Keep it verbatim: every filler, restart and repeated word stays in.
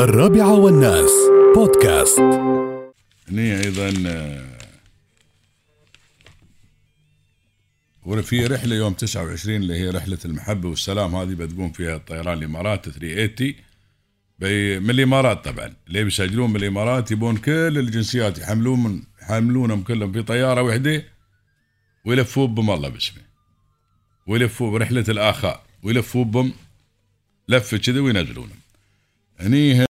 الرابعة والناس بودكاست. هني أيضا وفي رحلة يوم تسعة وعشرين اللي هي رحلة المحبة والسلام، هذه بتقوم فيها الطيران الإمارات ثلاثمية وثمانين من الإمارات. طبعا اللي بيسجلون من الإمارات يبون كل الجنسيات يحملون من يحملونهم كلهم في طيارة واحدة ويلفوا بهم الله باسمه، ويلفوا برحلة الآخاء ويلفوا بهم لفة كذا وينزلونهم هني.